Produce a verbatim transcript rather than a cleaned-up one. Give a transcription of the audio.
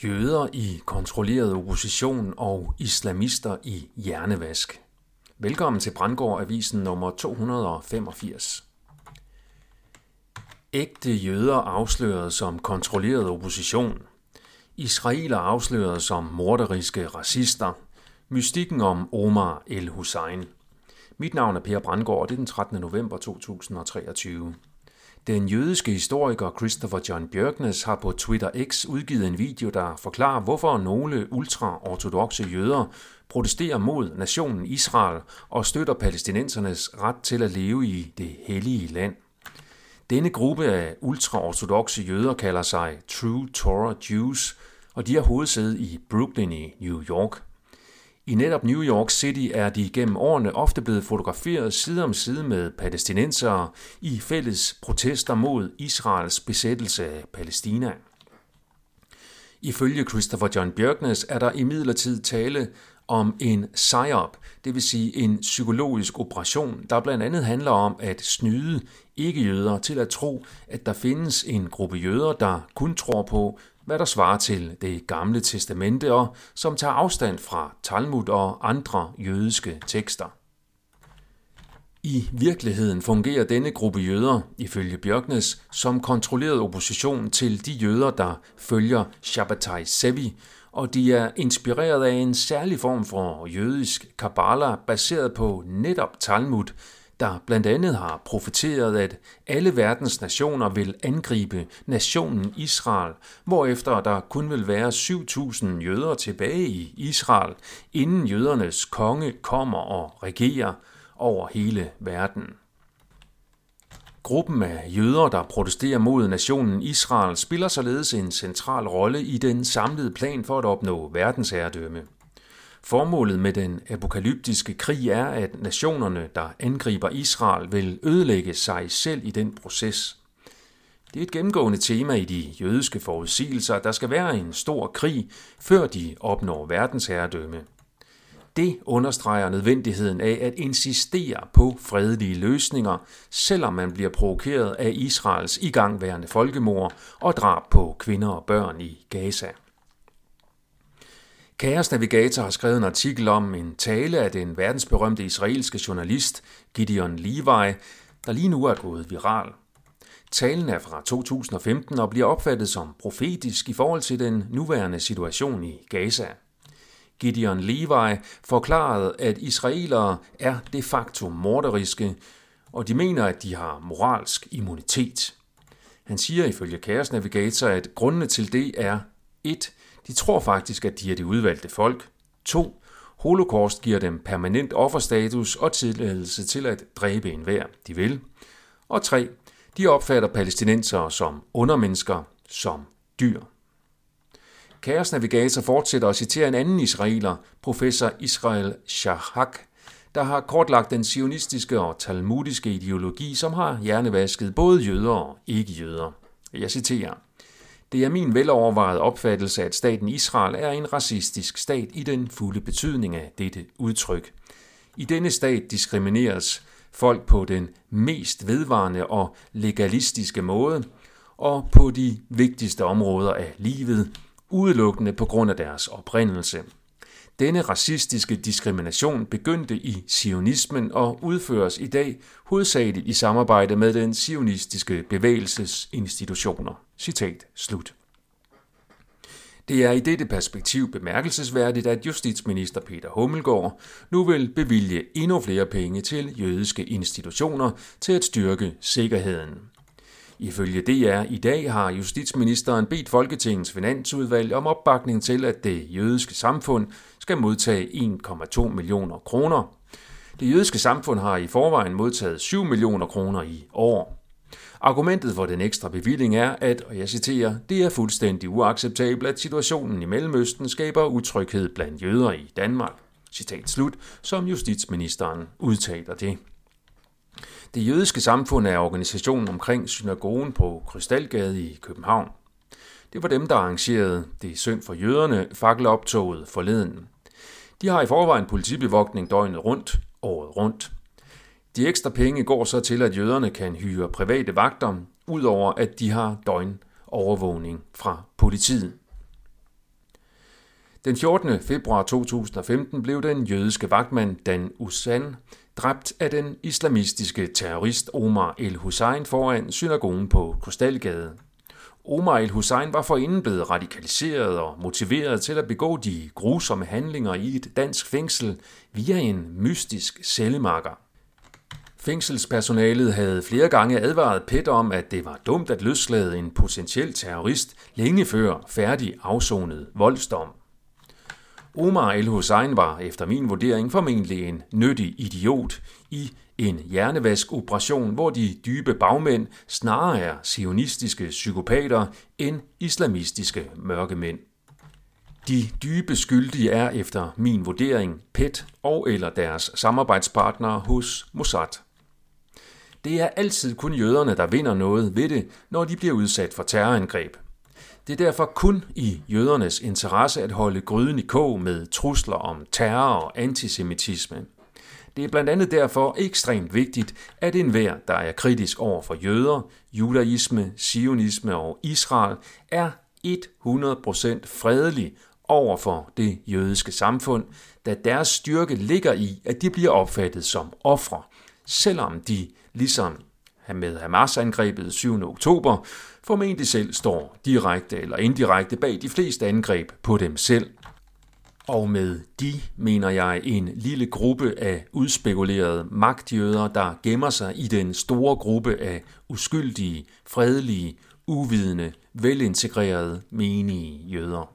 Jøder i kontrolleret opposition og islamister i hjernevask. Velkommen til Brandgård Avisen nummer to hundrede og femogfirs. Ægte jøder afsløret som kontrolleret opposition. Israeler afsløret som morderiske racister. Mystikken om Omar el-Hussein. Mit navn er Per Brandgård, og det er den trettende november to tusind og treogtyve. Den jødiske historiker Christopher John Bjørknes har på Twitter X udgivet en video, der forklarer, hvorfor nogle ultra-ortodokse jøder protesterer mod nationen Israel og støtter palæstinensernes ret til at leve i det hellige land. Denne gruppe af ultra-ortodokse jøder kalder sig True Torah Jews, og de har hovedsæde i Brooklyn i New York. I netop New York City er de gennem årene ofte blevet fotograferet side om side med palæstinensere i fælles protester mod Israels besættelse af Palæstina. Ifølge Christopher John Bjørknes er der imidlertid tale om en psyop, det vil sige en psykologisk operation, der blandt andet handler om at snyde ikke-jøder til at tro, at der findes en gruppe jøder, der kun tror på, hvad der svarer til det gamle testamente, og som tager afstand fra Talmud og andre jødiske tekster. I virkeligheden fungerer denne gruppe jøder, ifølge Bjørknes, som kontrolleret opposition til de jøder, der følger Shabbatai Zevi, og de er inspireret af en særlig form for jødisk kabbala baseret på netop Talmud, der blandt andet har profeteret, at alle verdens nationer vil angribe nationen Israel, hvorefter der kun vil være syv tusind jøder tilbage i Israel, inden jødernes konge kommer og regerer over hele verden. Gruppen af jøder, der protesterer mod nationen Israel, spiller således en central rolle i den samlede plan for at opnå verdensherredømme. Formålet med den apokalyptiske krig er, at nationerne, der angriber Israel, vil ødelægge sig selv i den proces. Det er et gennemgående tema i de jødiske forudsigelser, at der skal være en stor krig, før de opnår verdensherredømme. Det understreger nødvendigheden af at insistere på fredelige løsninger, selvom man bliver provokeret af Israels igangværende folkemord og drab på kvinder og børn i Gaza. Kaos Navigator har skrevet en artikel om en tale af den verdensberømte israelske journalist Gideon Levi, der lige nu er gået viral. Talen er fra to tusind og femten og bliver opfattet som profetisk i forhold til den nuværende situation i Gaza. Gideon Levi forklarede, at israelere er de facto morderiske, og de mener, at de har moralsk immunitet. Han siger ifølge Chaos Navigator, at grundene til det er et. De tror faktisk, at de er det udvalgte folk. to. Holocaust giver dem permanent offerstatus og tilladelse til at dræbe enhver, de vil. Og tre. De opfatter palæstinensere som undermennesker, som dyr. Chaos Navigator fortsætter at citere en anden israeler, professor Israel Shahak, der har kortlagt den zionistiske og talmudiske ideologi, som har hjernevasket både jøder og ikke-jøder. Jeg citerer: Det er min velovervejede opfattelse, at staten Israel er en racistisk stat i den fulde betydning af dette udtryk. I denne stat diskrimineres folk på den mest vedvarende og legalistiske måde, og på de vigtigste områder af livet, udelukkende på grund af deres oprindelse. Denne racistiske diskrimination begyndte i zionismen og udføres i dag hovedsageligt i samarbejde med den zionistiske bevægelses institutioner. Citat slut. Det er i dette perspektiv bemærkelsesværdigt, at justitsminister Peter Hummelgaard nu vil bevilge endnu flere penge til jødiske institutioner til at styrke sikkerheden. Ifølge D R i dag har justitsministeren bedt Folketingets finansudvalg om opbakning til, at det jødiske samfund skal modtage en komma to millioner kroner. Det jødiske samfund har i forvejen modtaget syv millioner kroner i år. Argumentet for den ekstra bevilling er, at, og jeg citerer, det er fuldstændig uacceptabelt, at situationen i Mellemøsten skaber utryghed blandt jøder i Danmark. Citat slut, som justitsministeren udtaler det. Det jødiske samfund er organisationen omkring synagogen på Krystalgade i København. Det var dem, der arrangerede det synd for jøderne fakkeloptoget forleden. De har i forvejen politibevogtning døgnet rundt, året rundt. De ekstra penge går så til, at jøderne kan hyre private vagter, udover at de har døgnovervågning fra politiet. Den fjortende februar to tusind og femten blev den jødiske vagtmand Dan Uzan dræbt af den islamistiske terrorist Omar el-Hussein foran synagogen på Krystalgade. Omar el-Hussein var forinden blevet radikaliseret og motiveret til at begå de grusomme handlinger i et dansk fængsel via en mystisk cellemakker. Fængselspersonalet havde flere gange advaret PET om, at det var dumt at løslade en potentiel terrorist længe før færdig afsonet voldsdom. Omar el-Hussein var efter min vurdering formentlig en nyttig idiot i en hjernevask-operation, hvor de dybe bagmænd snarere er zionistiske psykopater end islamistiske mørkemænd. De dybe skyldige er efter min vurdering PET og eller deres samarbejdspartnere hos Mossad. Det er altid kun jøderne, der vinder noget ved det, når de bliver udsat for terrorangreb. Det er derfor kun i jødernes interesse at holde gryden i kog med trusler om terror og antisemitisme. Det er blandt andet derfor ekstremt vigtigt, at enhver, der er kritisk over for jøder, judaisme, zionisme og Israel, er hundrede procent fredelig over for det jødiske samfund, da deres styrke ligger i, at de bliver opfattet som ofre, selvom de, ligesom med Hamas-angrebet syvende oktober, formentlig selv står direkte eller indirekte bag de fleste angreb på dem selv. Og med de mener jeg en lille gruppe af udspekulerede magtjøder, der gemmer sig i den store gruppe af uskyldige, fredelige, uvidende, velintegrerede, menige jøder.